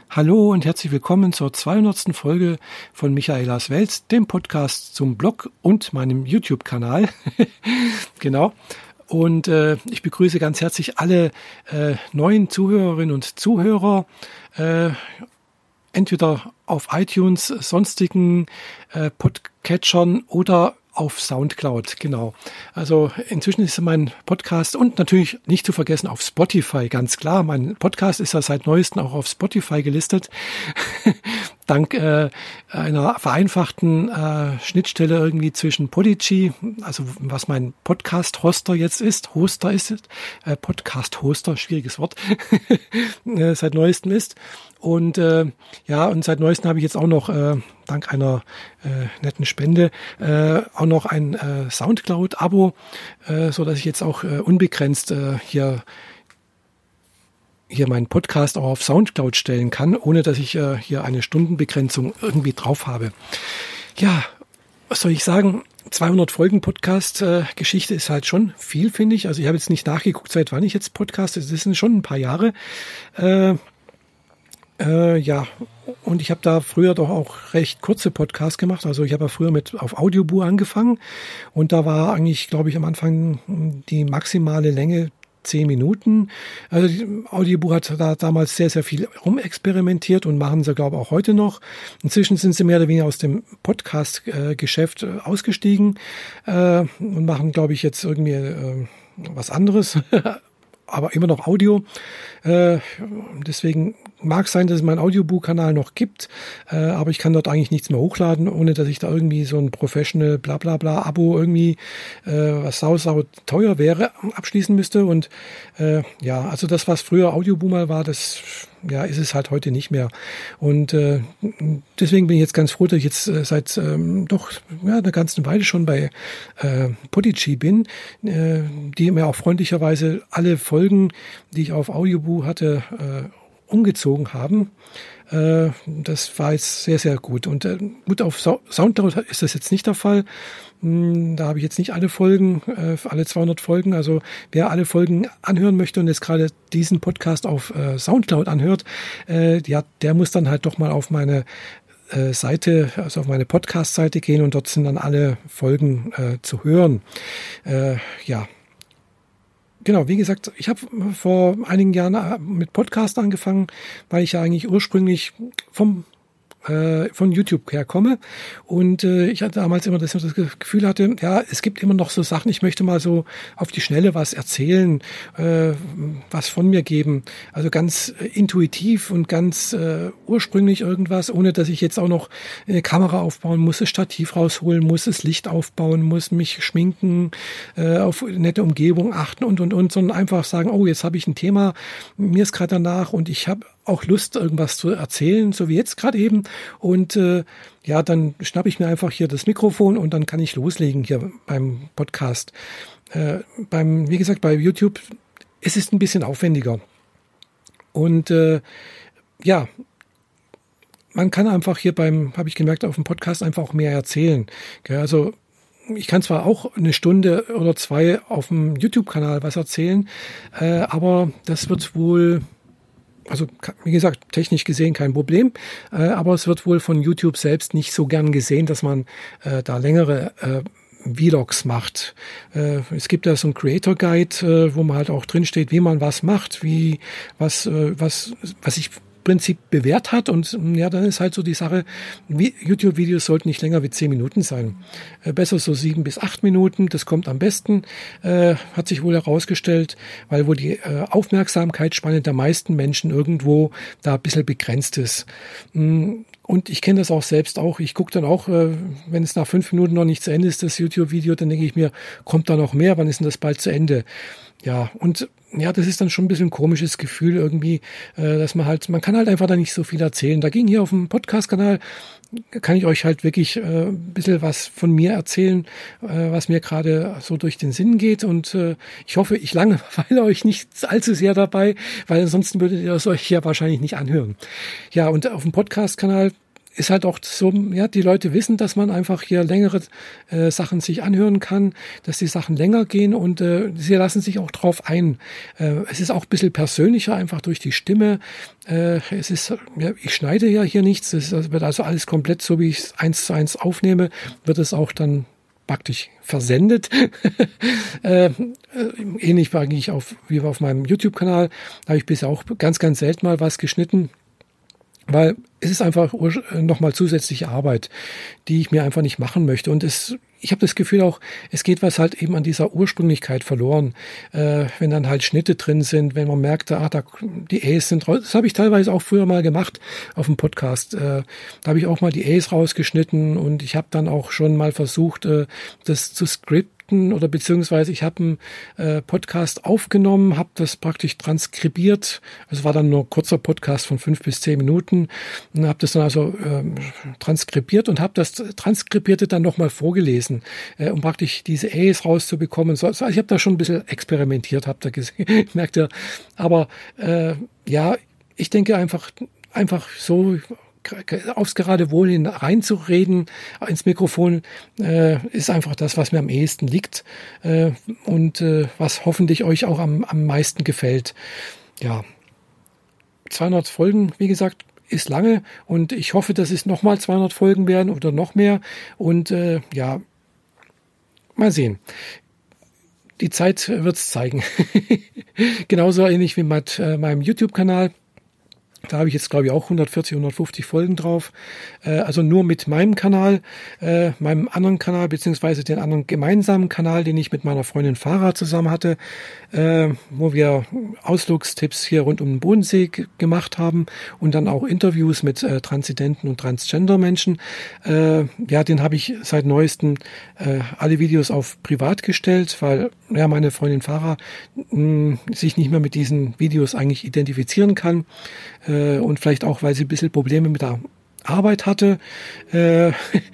Hallo und herzlich willkommen zur 200. Folge von Michaelas Welt, dem Podcast zum Blog und meinem YouTube-Kanal. Genau. Und ich begrüße ganz herzlich alle neuen Zuhörerinnen und Zuhörer, entweder auf iTunes, sonstigen Podcatchern oder auf Soundcloud, genau. Also inzwischen ist mein Podcast und natürlich nicht zu vergessen auf Spotify, ganz klar. Mein Podcast ist ja seit neuestem auch auf Spotify gelistet. Dank einer vereinfachten Schnittstelle irgendwie zwischen Podigy, also was mein Podcast-Hoster jetzt ist, Podcast-Hoster, schwieriges Wort, seit neuestem ist. Und und seit neuestem habe ich jetzt auch noch dank einer netten Spende auch noch ein Soundcloud-Abo, so dass ich jetzt auch unbegrenzt hier meinen Podcast auch auf Soundcloud stellen kann, ohne dass ich hier eine Stundenbegrenzung irgendwie drauf habe. Ja, was soll ich sagen? 200 Folgen Podcast, Geschichte ist halt schon viel, finde ich. Also ich habe jetzt nicht nachgeguckt, seit wann ich jetzt podcaste. Das sind schon ein paar Jahre. Und ich habe da früher doch auch recht kurze Podcasts gemacht. Also ich habe ja früher auf Audioboo angefangen und da war eigentlich, glaube ich, am Anfang die maximale Länge 10 Minuten. Also Audioboo hat da damals sehr, sehr viel rumexperimentiert und machen sie, glaube ich, auch heute noch. Inzwischen sind sie mehr oder weniger aus dem Podcast-Geschäft ausgestiegen und machen, glaube ich, jetzt irgendwie was anderes. Aber immer noch Audio. Deswegen mag es sein, dass es meinen Audioboo-Kanal noch gibt, aber ich kann dort eigentlich nichts mehr hochladen, ohne dass ich da irgendwie so ein Professional Blablabla-Abo irgendwie, was sau teuer wäre, abschließen müsste. Und also das, was früher Audioboo mal war, das ist es halt heute nicht mehr. Und deswegen bin ich jetzt ganz froh, dass ich jetzt seit einer ganzen Weile schon bei Podigy bin, die mir auch freundlicherweise alle Folgen, die ich auf Audioboo hatte, umgezogen haben. Das war jetzt sehr, sehr gut. Und gut, auf Soundcloud ist das jetzt nicht der Fall. Da habe ich jetzt nicht alle Folgen, alle 200 Folgen. Also wer alle Folgen anhören möchte und jetzt gerade diesen Podcast auf Soundcloud anhört, der muss dann halt doch mal auf meine Seite, also auf meine Podcast-Seite gehen und dort sind dann alle Folgen zu hören. Genau, wie gesagt, ich habe vor einigen Jahren mit Podcast angefangen, weil ich ja eigentlich ursprünglich von YouTube herkomme und ich hatte damals immer das Gefühl hatte, ja, es gibt immer noch so Sachen, ich möchte mal so auf die Schnelle was erzählen, was von mir geben, also ganz intuitiv und ganz ursprünglich irgendwas, ohne dass ich jetzt auch noch eine Kamera aufbauen muss, das Stativ rausholen muss, das Licht aufbauen muss, mich schminken, auf nette Umgebung achten und, sondern einfach sagen, oh, jetzt habe ich ein Thema, mir ist gerade danach und ich habe auch Lust, irgendwas zu erzählen, so wie jetzt gerade eben. Und dann schnappe ich mir einfach hier das Mikrofon und dann kann ich loslegen hier beim Podcast. Wie gesagt, bei YouTube ist es ein bisschen aufwendiger. Und man kann einfach hier habe ich gemerkt, auf dem Podcast einfach auch mehr erzählen. Also ich kann zwar auch eine Stunde oder zwei auf dem YouTube-Kanal was erzählen, aber das wird wohl, also wie gesagt, technisch gesehen kein Problem, aber es wird wohl von YouTube selbst nicht so gern gesehen, dass man da längere Vlogs macht. Es gibt da so einen Creator Guide, wo man halt auch drin steht, wie man was macht, was ich Prinzip bewährt hat und dann ist halt so die Sache, YouTube-Videos sollten nicht länger wie 10 Minuten sein. Besser so 7 bis 8 Minuten, das kommt am besten, hat sich wohl herausgestellt, weil wohl die Aufmerksamkeitsspanne der meisten Menschen irgendwo da ein bisschen begrenzt ist. Und ich kenne das auch selbst auch. Ich gucke dann auch, wenn es nach 5 Minuten noch nicht zu Ende ist, das YouTube-Video, dann denke ich mir, kommt da noch mehr? Wann ist denn das bald zu Ende? Ja, und das ist dann schon ein bisschen ein komisches Gefühl irgendwie, dass man kann halt einfach da nicht so viel erzählen. Dagegen hier auf dem Podcast-Kanal kann ich euch halt wirklich ein bisschen was von mir erzählen, was mir gerade so durch den Sinn geht. Und ich hoffe, ich langweile euch nicht allzu sehr dabei, weil ansonsten würdet ihr es euch ja wahrscheinlich nicht anhören. Ja, und auf dem Podcast-Kanal ist halt auch so, ja, die Leute wissen, dass man einfach hier längere Sachen sich anhören kann, dass die Sachen länger gehen und sie lassen sich auch drauf ein. Es ist auch ein bisschen persönlicher, einfach durch die Stimme. Es ist, ja, ich schneide ja hier nichts, es wird also alles komplett so, wie ich es 1:1 aufnehme, wird es auch dann praktisch versendet. Ähnlich war eigentlich wie auf meinem YouTube-Kanal. Da habe ich bisher auch ganz, ganz selten mal was geschnitten. Weil es ist einfach nochmal zusätzliche Arbeit, die ich mir einfach nicht machen möchte. Und ich habe das Gefühl auch, es geht was halt eben an dieser Ursprünglichkeit verloren. Wenn dann halt Schnitte drin sind, wenn man merkt, die A's sind raus. Das habe ich teilweise auch früher mal gemacht auf dem Podcast. Da habe ich auch mal die A's rausgeschnitten und ich habe dann auch schon mal versucht, das zu skripten. Oder beziehungsweise ich habe einen Podcast aufgenommen, habe das praktisch transkribiert. Es war dann nur ein kurzer Podcast von 5 bis 10 Minuten und habe das dann also transkribiert und habe das Transkribierte dann nochmal vorgelesen, um praktisch diese A's rauszubekommen. Also ich habe da schon ein bisschen experimentiert, habt ihr gesehen, merkt ihr. Aber ja, ich denke einfach so aufs gerade Wohl hin reinzureden ins Mikrofon ist einfach das, was mir am ehesten liegt und was hoffentlich euch auch am meisten gefällt. Ja, 200 Folgen, wie gesagt, ist lange und ich hoffe, dass es nochmal 200 Folgen werden oder noch mehr und ja, mal sehen. Die Zeit wird's zeigen. Genauso ähnlich wie mit meinem YouTube-Kanal. Da habe ich jetzt, glaube ich, auch 140, 150 Folgen drauf. Also nur mit meinem Kanal, meinem anderen Kanal, beziehungsweise den anderen gemeinsamen Kanal, den ich mit meiner Freundin Farah zusammen hatte, wo wir Ausflugstipps hier rund um den Bodensee gemacht haben und dann auch Interviews mit Transidenten und Transgender-Menschen. Ja, den habe ich seit neuestem alle Videos auf privat gestellt, weil ja meine Freundin Farah sich nicht mehr mit diesen Videos eigentlich identifizieren kann. Und vielleicht auch, weil sie ein bisschen Probleme mit der Arbeit hatte, ja,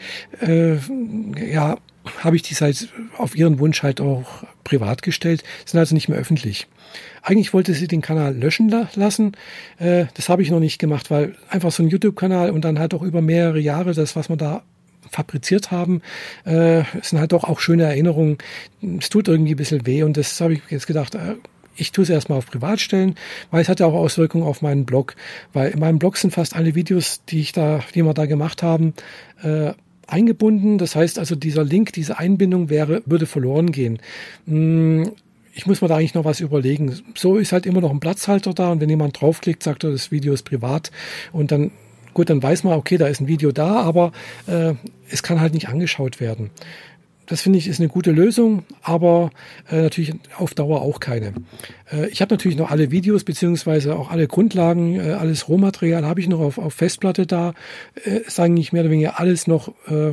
habe ich die halt auf ihren Wunsch halt auch privat gestellt, sind also nicht mehr öffentlich. Eigentlich wollte sie den Kanal löschen lassen, das habe ich noch nicht gemacht, weil einfach so ein YouTube-Kanal und dann halt auch über mehrere Jahre das, was man da fabriziert haben, sind halt doch auch schöne Erinnerungen. Es tut irgendwie ein bisschen weh und das habe ich jetzt gedacht, ich tue es erstmal auf privat stellen, weil es hat ja auch Auswirkungen auf meinen Blog, weil in meinem Blog sind fast alle Videos, die wir da gemacht haben, eingebunden. Das heißt also, dieser Link, diese Einbindung würde verloren gehen. Ich muss mir da eigentlich noch was überlegen. So ist halt immer noch ein Platzhalter da und wenn jemand draufklickt, sagt er, das Video ist privat und dann gut, dann weiß man, okay, da ist ein Video da, aber es kann halt nicht angeschaut werden. Das finde ich ist eine gute Lösung, aber natürlich auf Dauer auch keine. Ich habe natürlich noch alle Videos beziehungsweise auch alle Grundlagen, alles Rohmaterial habe ich noch auf Festplatte da. Ist eigentlich mehr oder weniger alles noch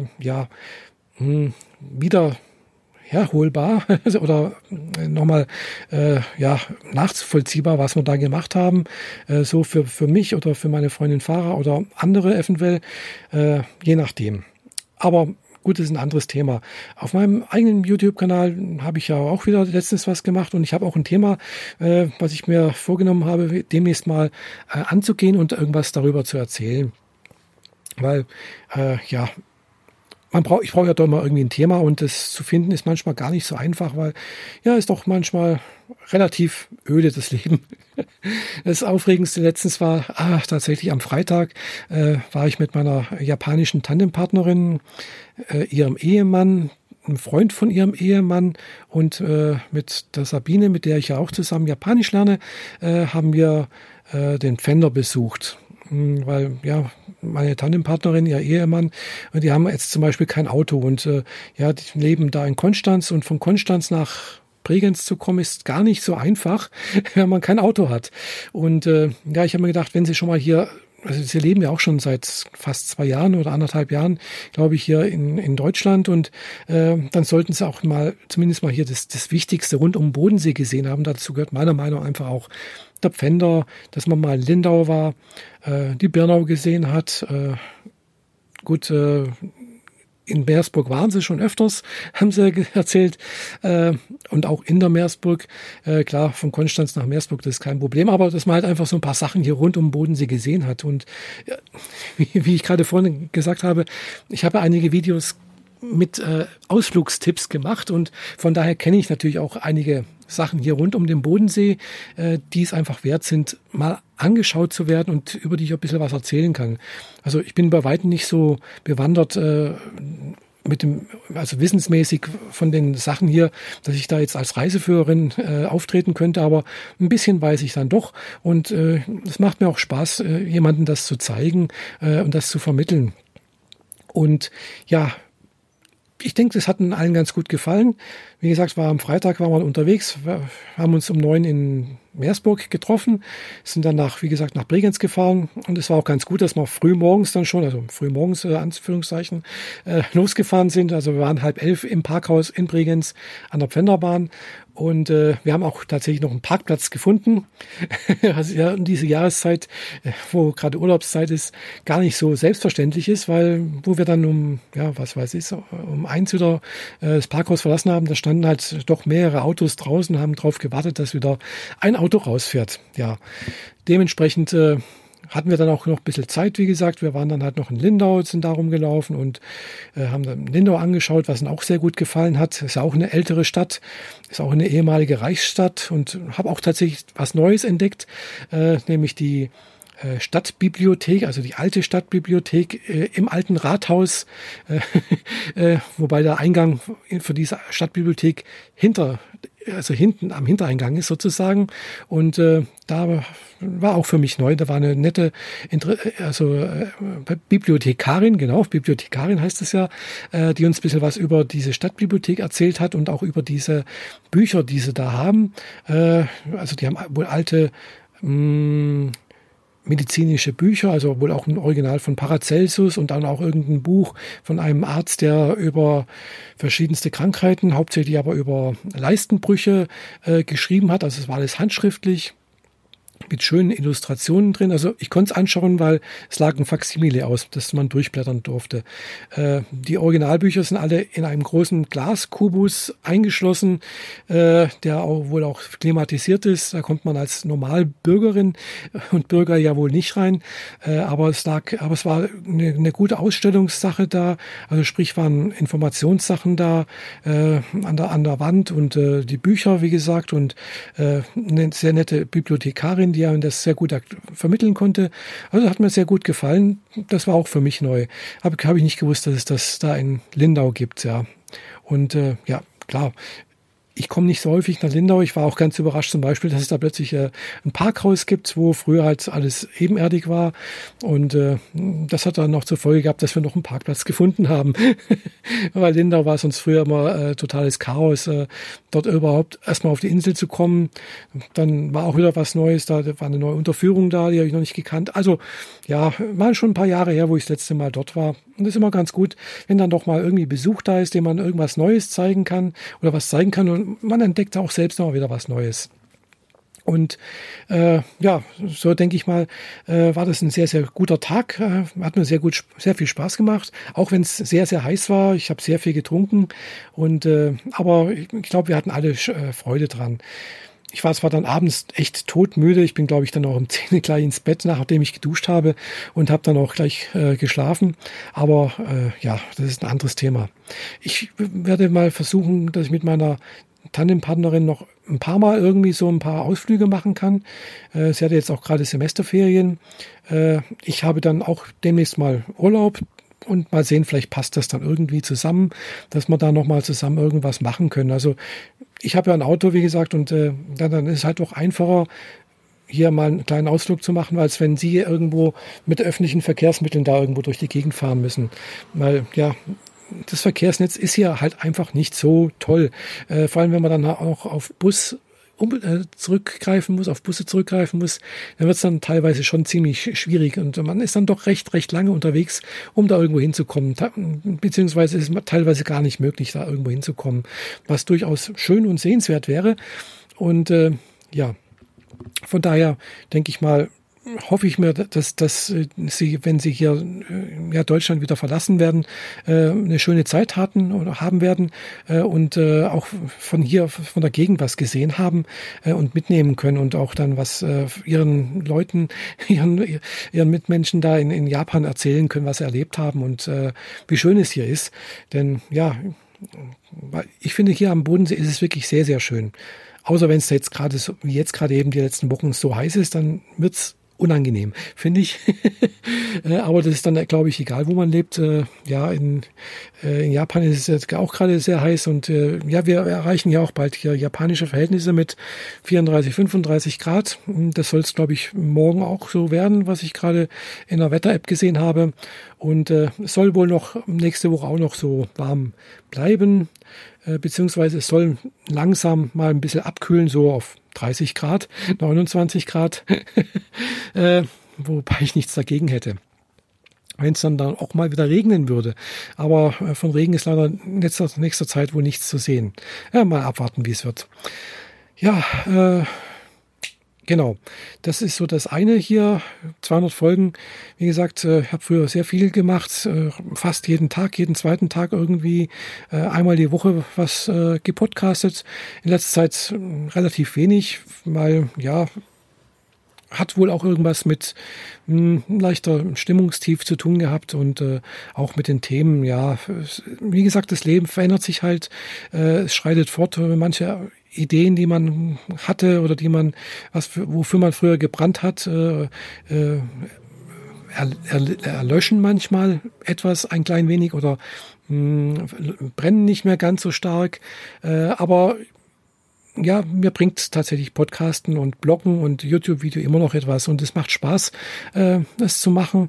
wieder herholbar oder nochmal nachvollziehbar, was wir da gemacht haben. So für mich oder für meine Freundin Farah oder andere eventuell, je nachdem. Aber gut, das ist ein anderes Thema. Auf meinem eigenen YouTube-Kanal habe ich ja auch wieder letztens was gemacht und ich habe auch ein Thema, was ich mir vorgenommen habe, demnächst mal anzugehen und irgendwas darüber zu erzählen. Weil, ich brauche ja doch mal irgendwie ein Thema und das zu finden ist manchmal gar nicht so einfach, weil ja, ist doch manchmal relativ öde das Leben. Das Aufregendste letztens war tatsächlich am Freitag war ich mit meiner japanischen Tandempartnerin, ihrem Ehemann, einem Freund von ihrem Ehemann und mit der Sabine, mit der ich ja auch zusammen Japanisch lerne, haben wir den Pfänder besucht. Weil ja meine Tandempartnerin, ihr Ehemann, die haben jetzt zum Beispiel kein Auto und die leben da in Konstanz und von Konstanz nach Bregenz zu kommen ist gar nicht so einfach, wenn man kein Auto hat. Und ich habe mir gedacht, wenn sie schon mal hier, also sie leben ja auch schon seit fast 2 Jahren oder 1,5 Jahren, glaube ich, hier in Deutschland und dann sollten sie auch mal zumindest mal hier das Wichtigste rund um den Bodensee gesehen haben. Dazu gehört meiner Meinung nach einfach auch der Pfänder, dass man mal in Lindau war, die Birnau gesehen hat. in Meersburg waren sie schon öfters, haben sie erzählt, und auch in der Meersburg. Klar, von Konstanz nach Meersburg, das ist kein Problem, aber dass man halt einfach so ein paar Sachen hier rund um den Bodensee gesehen hat. Und wie ich gerade vorhin gesagt habe, ich habe einige Videos mit Ausflugstipps gemacht und von daher kenne ich natürlich auch einige Sachen hier rund um den Bodensee, die es einfach wert sind, mal angeschaut zu werden und über die ich ein bisschen was erzählen kann. Also ich bin bei weitem nicht so bewandert also wissensmäßig von den Sachen hier, dass ich da jetzt als Reiseführerin auftreten könnte, aber ein bisschen weiß ich dann doch und es macht mir auch Spaß, jemandem das zu zeigen und das zu vermitteln. Und ja, ich denke, das hat ihnen allen ganz gut gefallen. Wie gesagt, am Freitag waren wir unterwegs. Wir haben uns um 9 in Meersburg getroffen, sind dann wie gesagt, nach Bregenz gefahren. Und es war auch ganz gut, dass wir früh morgens Anführungszeichen, losgefahren sind. Also wir waren 10:30 im Parkhaus in Bregenz an der Pfänderbahn. Und wir haben auch tatsächlich noch einen Parkplatz gefunden. Also ja, in dieser Jahreszeit, wo gerade Urlaubszeit ist, gar nicht so selbstverständlich ist, weil wo wir dann um 1 wieder das Parkhaus verlassen haben, da standen halt doch mehrere Autos draußen, haben darauf gewartet, dass wieder ein Auto rausfährt. Ja, dementsprechend hatten wir dann auch noch ein bisschen Zeit, wie gesagt. Wir waren dann halt noch in Lindau, sind da rumgelaufen und haben dann Lindau angeschaut, was uns auch sehr gut gefallen hat. Ist ja auch eine ältere Stadt, ist auch eine ehemalige Reichsstadt und habe auch tatsächlich was Neues entdeckt, nämlich die Stadtbibliothek, also die alte Stadtbibliothek im alten Rathaus, wobei der Eingang für diese Stadtbibliothek hinten am Hintereingang ist sozusagen. Und da war auch für mich neu, da war eine nette Bibliothekarin, genau, Bibliothekarin heißt es ja, die uns ein bisschen was über diese Stadtbibliothek erzählt hat und auch über diese Bücher, die sie da haben. Also die haben wohl alte medizinische Bücher, also wohl auch ein Original von Paracelsus und dann auch irgendein Buch von einem Arzt, der über verschiedenste Krankheiten, hauptsächlich aber über Leistenbrüche geschrieben hat. Also es war alles handschriftlich mit schönen Illustrationen drin. Also ich konnte es anschauen, weil es lag ein Faksimile aus, das man durchblättern durfte. Die Originalbücher sind alle in einem großen Glaskubus eingeschlossen, der auch wohl auch klimatisiert ist. Da kommt man als Normalbürgerin und Bürger ja wohl nicht rein. Aber es war eine gute Ausstellungssache da. Also sprich waren Informationssachen da an der Wand und die Bücher, wie gesagt, und eine sehr nette Bibliothekarin, die das sehr gut vermitteln konnte. Also hat mir sehr gut gefallen. Das war auch für mich neu. Habe ich nicht gewusst, dass es das da in Lindau gibt, ja. Und ja, klar. Ich komme nicht so häufig nach Lindau. Ich war auch ganz überrascht zum Beispiel, dass es da plötzlich ein Parkhaus gibt, wo früher halt alles ebenerdig war. Und das hat dann noch zur Folge gehabt, dass wir noch einen Parkplatz gefunden haben. Weil Lindau war sonst früher immer totales Chaos, dort überhaupt erstmal auf die Insel zu kommen. Dann war auch wieder was Neues da. Da war eine neue Unterführung da, die habe ich noch nicht gekannt. Also ja, waren schon ein paar Jahre her, wo ich das letzte Mal dort war. Und das ist immer ganz gut, wenn dann doch mal irgendwie Besuch da ist, dem man irgendwas Neues zeigen kann oder was zeigen kann. Und man entdeckt auch selbst noch mal wieder was Neues. Und ja, so denke ich mal, war das ein sehr, sehr guter Tag. Hat mir sehr viel Spaß gemacht, auch wenn es sehr, sehr heiß war. Ich habe sehr viel getrunken. Und aber ich glaube, wir hatten alle Freude dran. Ich war zwar dann abends echt todmüde. Ich bin, glaube ich, dann auch um 10 gleich ins Bett, nachdem ich geduscht habe und habe dann auch gleich geschlafen. Aber ja, das ist ein anderes Thema. Ich werde mal versuchen, dass ich mit meiner Tandempartnerin noch ein paar Mal irgendwie so ein paar Ausflüge machen kann. Sie hatte jetzt auch gerade Semesterferien. Ich habe dann auch demnächst mal Urlaub. Und mal sehen, vielleicht passt das dann irgendwie zusammen, dass wir da nochmal zusammen irgendwas machen können. Also ich habe ja ein Auto, wie gesagt, und dann ist es halt auch einfacher, hier mal einen kleinen Ausflug zu machen, als wenn Sie irgendwo mit öffentlichen Verkehrsmitteln da irgendwo durch die Gegend fahren müssen. Weil, ja, das Verkehrsnetz ist hier halt einfach nicht so toll. Vor allem, wenn man dann auch auf Busse zurückgreifen muss, dann wird es dann teilweise schon ziemlich schwierig und man ist dann doch recht lange unterwegs, um da irgendwo hinzukommen. Beziehungsweise ist es teilweise gar nicht möglich, da irgendwo hinzukommen, was durchaus schön und sehenswert wäre. Und ja, von daher denke ich mal, hoffe ich mir, dass Sie, wenn Sie hier Deutschland wieder verlassen werden, eine schöne Zeit hatten oder haben werden und auch von der Gegend was gesehen haben und mitnehmen können und auch dann was Ihren Leuten, Ihren Mitmenschen da in Japan erzählen können, was sie erlebt haben und wie schön es hier ist. Denn ja, ich finde, hier am Bodensee ist es wirklich sehr, sehr schön. Außer wenn es jetzt gerade eben die letzten Wochen so heiß ist, dann wird's unangenehm, finde ich. Aber das ist dann, glaube ich, egal, wo man lebt. In Japan ist es jetzt auch gerade sehr heiß und wir erreichen ja auch bald hier japanische Verhältnisse mit 34, 35 Grad. Das soll es, glaube ich, morgen auch so werden, was ich gerade in der Wetter-App gesehen habe. Und es soll wohl noch nächste Woche auch noch so warm bleiben, beziehungsweise es soll langsam mal ein bisschen abkühlen, so auf 30 Grad, 29 Grad, wobei ich nichts dagegen hätte, wenn es dann auch mal wieder regnen würde. Aber von Regen ist leider in nächster Zeit wohl nichts zu sehen. Ja, mal abwarten, wie es wird. Ja, genau, das ist so das eine hier, 200 Folgen. Wie gesagt, ich habe früher sehr viel gemacht, fast jeden zweiten Tag irgendwie, einmal die Woche was gepodcastet. In letzter Zeit relativ wenig, weil ja, hat wohl auch irgendwas mit leichter Stimmungstief zu tun gehabt und auch mit den Themen, ja, wie gesagt, das Leben verändert sich halt, es schreitet fort, manche Ideen, die man hatte oder wofür man früher gebrannt hat, erlöschen manchmal etwas, ein klein wenig oder brennen nicht mehr ganz so stark, aber ja, mir bringt tatsächlich Podcasten und Bloggen und YouTube-Video immer noch etwas und es macht Spaß, das zu machen,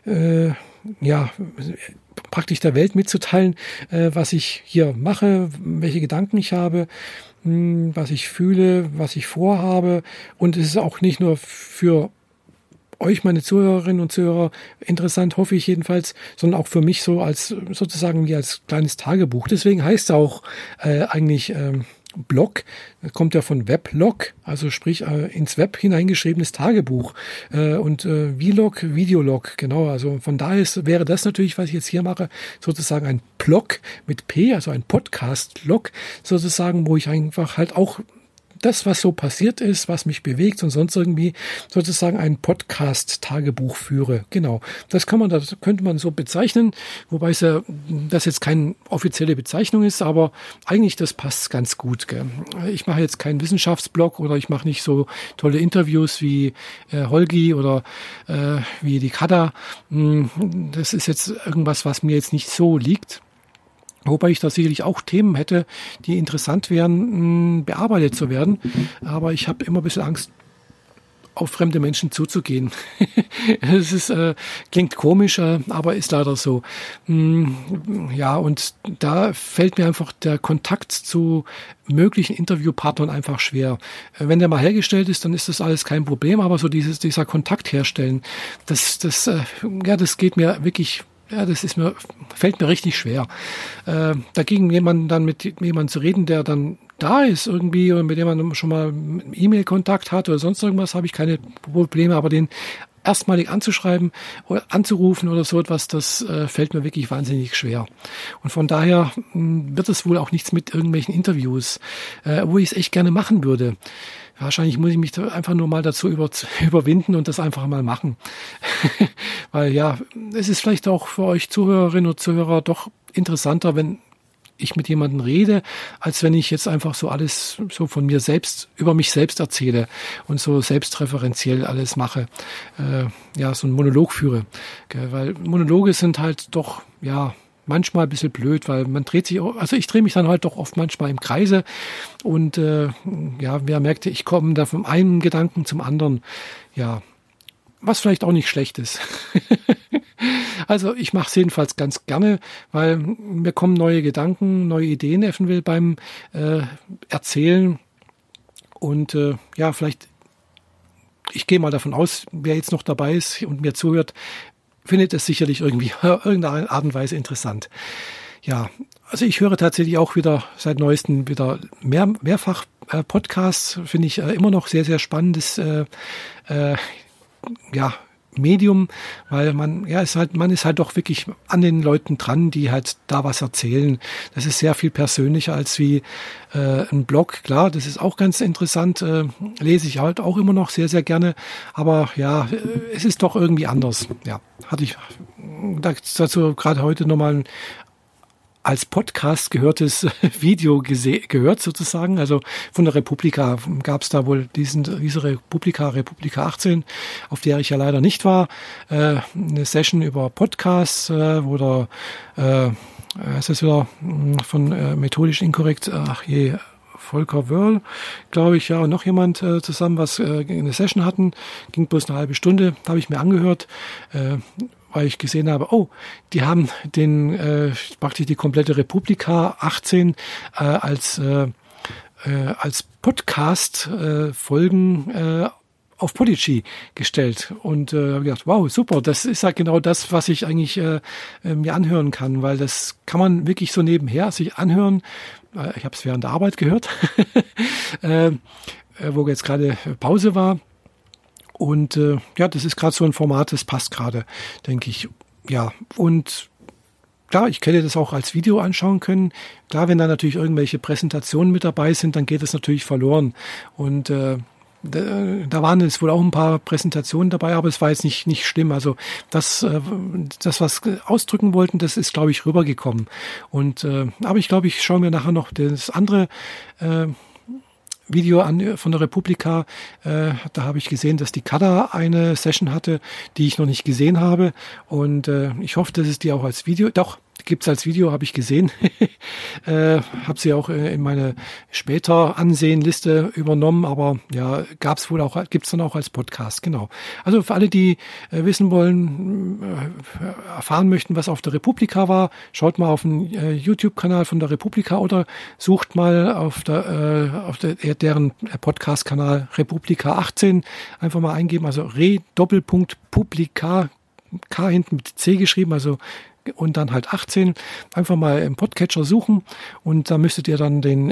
praktisch der Welt mitzuteilen, was ich hier mache, welche Gedanken ich habe, was ich fühle, was ich vorhabe. Und es ist auch nicht nur für euch, meine Zuhörerinnen und Zuhörer, interessant, hoffe ich jedenfalls, sondern auch für mich so als sozusagen wie als kleines Tagebuch. Deswegen heißt es auch eigentlich Blog, kommt ja von Weblog, also sprich ins Web hineingeschriebenes Tagebuch und Vlog, Videolog, genau, also von daher wäre das natürlich, was ich jetzt hier mache, sozusagen ein Blog mit P, also ein Podcast-Log sozusagen, wo ich einfach halt auch das, was so passiert ist, was mich bewegt und sonst irgendwie sozusagen ein Podcast-Tagebuch führe. Genau, das könnte man so bezeichnen, wobei das jetzt keine offizielle Bezeichnung ist, aber eigentlich das passt ganz gut. Gell? Ich mache jetzt keinen Wissenschaftsblog oder ich mache nicht so tolle Interviews wie Holgi oder wie die Kada. Das ist jetzt irgendwas, was mir jetzt nicht so liegt. Wobei ich da sicherlich auch Themen hätte, die interessant wären, bearbeitet zu werden. Aber ich habe immer ein bisschen Angst, auf fremde Menschen zuzugehen. Es ist, klingt komisch, aber ist leider so. Ja, und da fällt mir einfach der Kontakt zu möglichen Interviewpartnern einfach schwer. Wenn der mal hergestellt ist, dann ist das alles kein Problem, aber so dieser Kontakt herstellen, das geht mir wirklich. Ja, fällt mir richtig schwer. Dagegen mit jemandem zu reden, der dann da ist irgendwie und mit dem man schon mal E-Mail-Kontakt hat oder sonst irgendwas, habe ich keine Probleme, aber den erstmalig anzuschreiben oder anzurufen oder so etwas, das fällt mir wirklich wahnsinnig schwer. Und von daher wird es wohl auch nichts mit irgendwelchen Interviews, wo ich es echt gerne machen würde. Wahrscheinlich muss ich mich da einfach nur mal dazu überwinden und das einfach mal machen. Weil ja, es ist vielleicht auch für euch Zuhörerinnen und Zuhörer doch interessanter, wenn ich mit jemandem rede, als wenn ich jetzt einfach so alles so von mir selbst, über mich selbst erzähle und so selbstreferenziell alles mache. So einen Monolog führe. Weil Monologe sind halt doch, ja, manchmal ein bisschen blöd, weil ich drehe mich dann halt doch oft manchmal im Kreise und wer merkte, ich komme da vom einen Gedanken zum anderen, ja, was vielleicht auch nicht schlecht ist. Also ich mache es jedenfalls ganz gerne, weil mir kommen neue Gedanken, neue Ideen eventuell beim Erzählen und vielleicht, ich gehe mal davon aus, wer jetzt noch dabei ist und mir zuhört, findet es sicherlich irgendwie irgendeine Art und Weise interessant. Ja, also ich höre tatsächlich auch wieder seit neuestem wieder mehrfach Podcasts, finde ich immer noch sehr, sehr spannendes Medium, weil man ist halt doch wirklich an den Leuten dran, die halt da was erzählen. Das ist sehr viel persönlicher als wie ein Blog. Klar, das ist auch ganz interessant, lese ich halt auch immer noch sehr, sehr gerne, aber ja, es ist doch irgendwie anders. Ja, hatte ich dazu gerade heute nochmal als Podcast gehörtes Video gehört sozusagen. Also von der Republika gab es da wohl diese Republika 18, auf der ich ja leider nicht war. Eine Session über Podcasts, wo der, ist das wieder von methodisch inkorrekt, Volker Wörl, glaube ich, ja, und noch jemand zusammen, was eine Session hatten. Ging bloß eine halbe Stunde, habe ich mir angehört. Weil ich gesehen habe, die haben praktisch die komplette Republika 18 als Podcast Folgen auf Podigy gestellt und habe gedacht, wow, super, das ist halt genau das, was ich eigentlich mir anhören kann, weil das kann man wirklich so nebenher sich anhören. Ich habe es während der Arbeit gehört, wo jetzt gerade Pause war. Und das ist gerade so ein Format, das passt gerade, denke ich. Ja, und klar, ich hätte das auch als Video anschauen können. Klar, wenn da natürlich irgendwelche Präsentationen mit dabei sind, dann geht das natürlich verloren. Und da waren jetzt wohl auch ein paar Präsentationen dabei, aber es war jetzt nicht schlimm. Also das was ausdrücken wollten, das ist, glaube ich, rübergekommen. Und aber ich glaube, ich schaue mir nachher noch das andere Video von der Republika, da habe ich gesehen, dass die Kada eine Session hatte, die ich noch nicht gesehen habe, und ich hoffe, dass es die auch als Video, doch, gibt's als Video, habe ich gesehen, habe sie auch in meine später Ansehenliste übernommen, aber ja, gibt's dann auch als Podcast, genau. Also für alle, die wissen wollen, erfahren möchten, was auf der Republika war, schaut mal auf den YouTube-Kanal von der Republika oder sucht mal auf deren Podcast-Kanal Republika 18, einfach mal eingeben, also Publika, K hinten mit C geschrieben, also und dann halt 18, einfach mal im Podcatcher suchen und da müsstet ihr dann den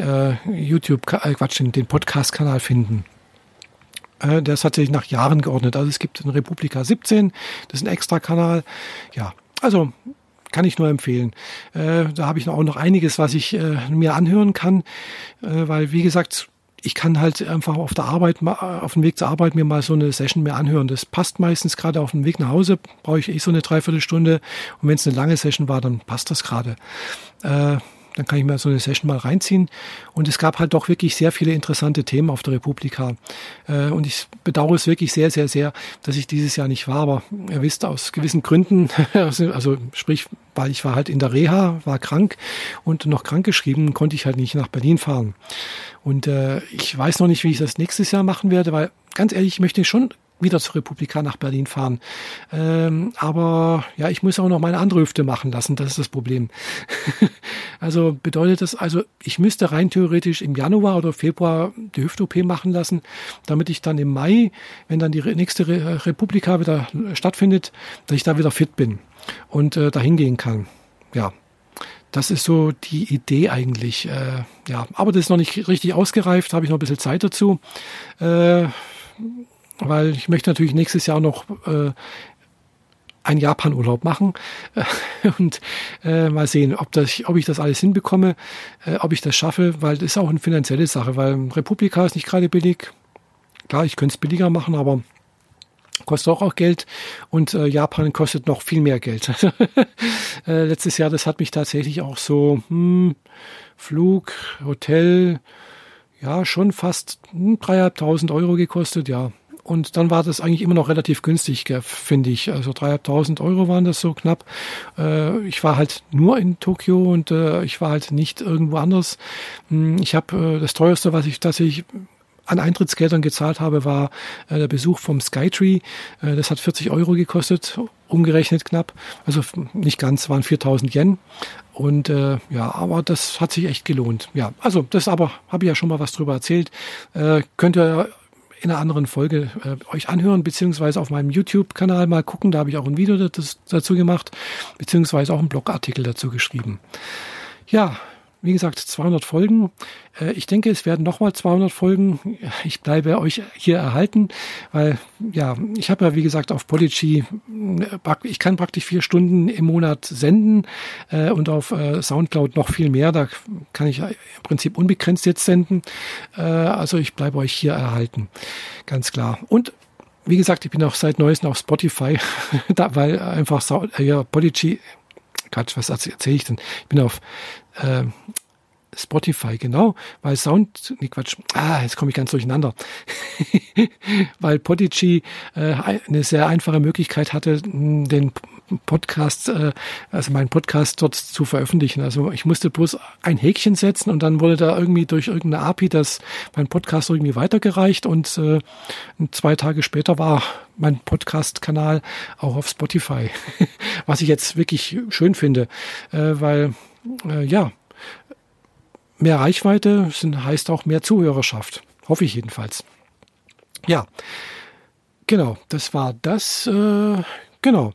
den Podcast-Kanal finden. Das hat sich nach Jahren geordnet. Also es gibt einen Republika 17, das ist ein Extra-Kanal. Ja, also kann ich nur empfehlen. Da habe ich auch noch einiges, was ich mir anhören kann, weil wie gesagt, ich kann halt einfach auf der Arbeit, auf dem Weg zur Arbeit mir mal so eine Session mehr anhören. Das passt meistens. Gerade auf dem Weg nach Hause brauche ich so eine Dreiviertelstunde. Und wenn es eine lange Session war, dann passt das gerade. Dann kann ich mir so eine Session mal reinziehen. Und es gab halt doch wirklich sehr viele interessante Themen auf der Republika. Und ich bedauere es wirklich sehr, sehr, sehr, dass ich dieses Jahr nicht war. Aber ihr wisst, aus gewissen Gründen, also sprich, weil ich war halt in der Reha, war krank und noch krankgeschrieben, konnte ich halt nicht nach Berlin fahren. Und ich weiß noch nicht, wie ich das nächstes Jahr machen werde, weil ganz ehrlich, ich möchte schon wieder zur Republika nach Berlin fahren. Aber ja, ich muss auch noch meine andere Hüfte machen lassen, das ist das Problem. Also bedeutet das, ich müsste rein theoretisch im Januar oder Februar die Hüft-OP machen lassen, damit ich dann im Mai, wenn dann die nächste Republika wieder stattfindet, dass ich da wieder fit bin und dahin gehen kann. Ja. Das ist so die Idee eigentlich. Ja, aber das ist noch nicht richtig ausgereift, habe ich noch ein bisschen Zeit dazu. Weil ich möchte natürlich nächstes Jahr noch einen Japan-Urlaub machen und mal sehen, ob ich das alles hinbekomme, ob ich das schaffe, weil das ist auch eine finanzielle Sache, weil Republika ist nicht gerade billig. Klar, ich könnte es billiger machen, aber kostet auch Geld und Japan kostet noch viel mehr Geld. Letztes Jahr, das hat mich tatsächlich auch so Flug, Hotel, ja schon fast 3.500 Euro gekostet, ja. Und dann war das eigentlich immer noch relativ günstig, finde ich. Also 3.500 Euro waren das so knapp. Ich war halt nur in Tokio und ich war halt nicht irgendwo anders. Ich habe das teuerste, was ich tatsächlich an Eintrittsgeldern gezahlt habe, war der Besuch vom Skytree. Das hat 40 Euro gekostet, umgerechnet knapp. Also nicht ganz, waren 4.000 Yen. Und ja, aber das hat sich echt gelohnt. Ja, also das aber, habe ich ja schon mal was drüber erzählt. Könnt ihr in einer anderen Folge euch anhören, beziehungsweise auf meinem YouTube-Kanal mal gucken. Da habe ich auch ein Video dazu gemacht, beziehungsweise auch einen Blogartikel dazu geschrieben. Ja, wie gesagt, 200 Folgen. Ich denke, es werden nochmal 200 Folgen. Ich bleibe euch hier erhalten, weil, ja, ich habe ja, wie gesagt, auf Podigy, ich kann praktisch 4 Stunden im Monat senden und auf Soundcloud noch viel mehr. Da kann ich im Prinzip unbegrenzt jetzt senden. Also ich bleibe euch hier erhalten, ganz klar. Und wie gesagt, ich bin auch seit Neuestem auf Spotify, weil einfach Podigy, Quatsch, was erzähle ich denn? Ich bin auf Spotify, genau, weil jetzt komme ich ganz durcheinander. Weil Podigy eine sehr einfache Möglichkeit hatte, den Podcast, also meinen Podcast dort zu veröffentlichen. Also ich musste bloß ein Häkchen setzen und dann wurde da irgendwie durch irgendeine API mein Podcast irgendwie weitergereicht und 2 Tage später war mein Podcast-Kanal auch auf Spotify. Was ich jetzt wirklich schön finde, weil mehr Reichweite heißt auch mehr Zuhörerschaft. Hoffe ich jedenfalls. Ja, genau, das war das. Genau.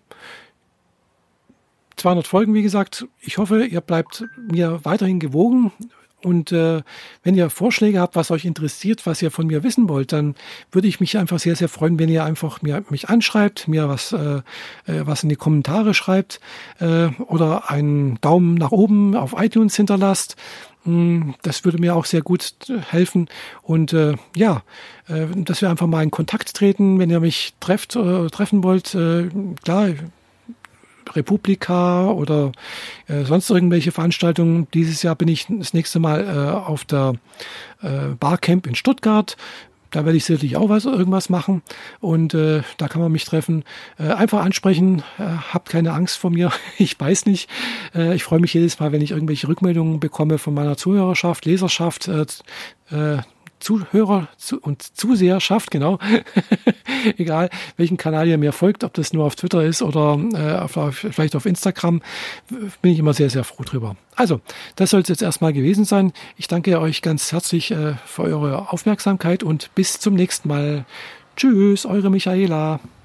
200 Folgen, wie gesagt. Ich hoffe, ihr bleibt mir weiterhin gewogen. Und wenn ihr Vorschläge habt, was euch interessiert, was ihr von mir wissen wollt, dann würde ich mich einfach sehr, sehr freuen, wenn ihr einfach mich anschreibt, mir was in die Kommentare schreibt oder einen Daumen nach oben auf iTunes hinterlasst. Das würde mir auch sehr gut helfen. Und dass wir einfach mal in Kontakt treten, wenn ihr mich treffen wollt. Klar, Republika oder sonst irgendwelche Veranstaltungen. Dieses Jahr bin ich das nächste Mal auf der Barcamp in Stuttgart. Da werde ich sicherlich auch irgendwas machen und da kann man mich treffen. Einfach ansprechen, habt keine Angst vor mir, ich weiß nicht. Ich freue mich jedes Mal, wenn ich irgendwelche Rückmeldungen bekomme von meiner Zuhörerschaft, Leserschaft, Zuhörer und Zuseherschaft, genau. Egal, welchen Kanal ihr mir folgt, ob das nur auf Twitter ist oder vielleicht auf Instagram, bin ich immer sehr, sehr froh drüber. Also, das soll es jetzt erstmal gewesen sein. Ich danke euch ganz herzlich für eure Aufmerksamkeit und bis zum nächsten Mal. Tschüss, eure Michaela.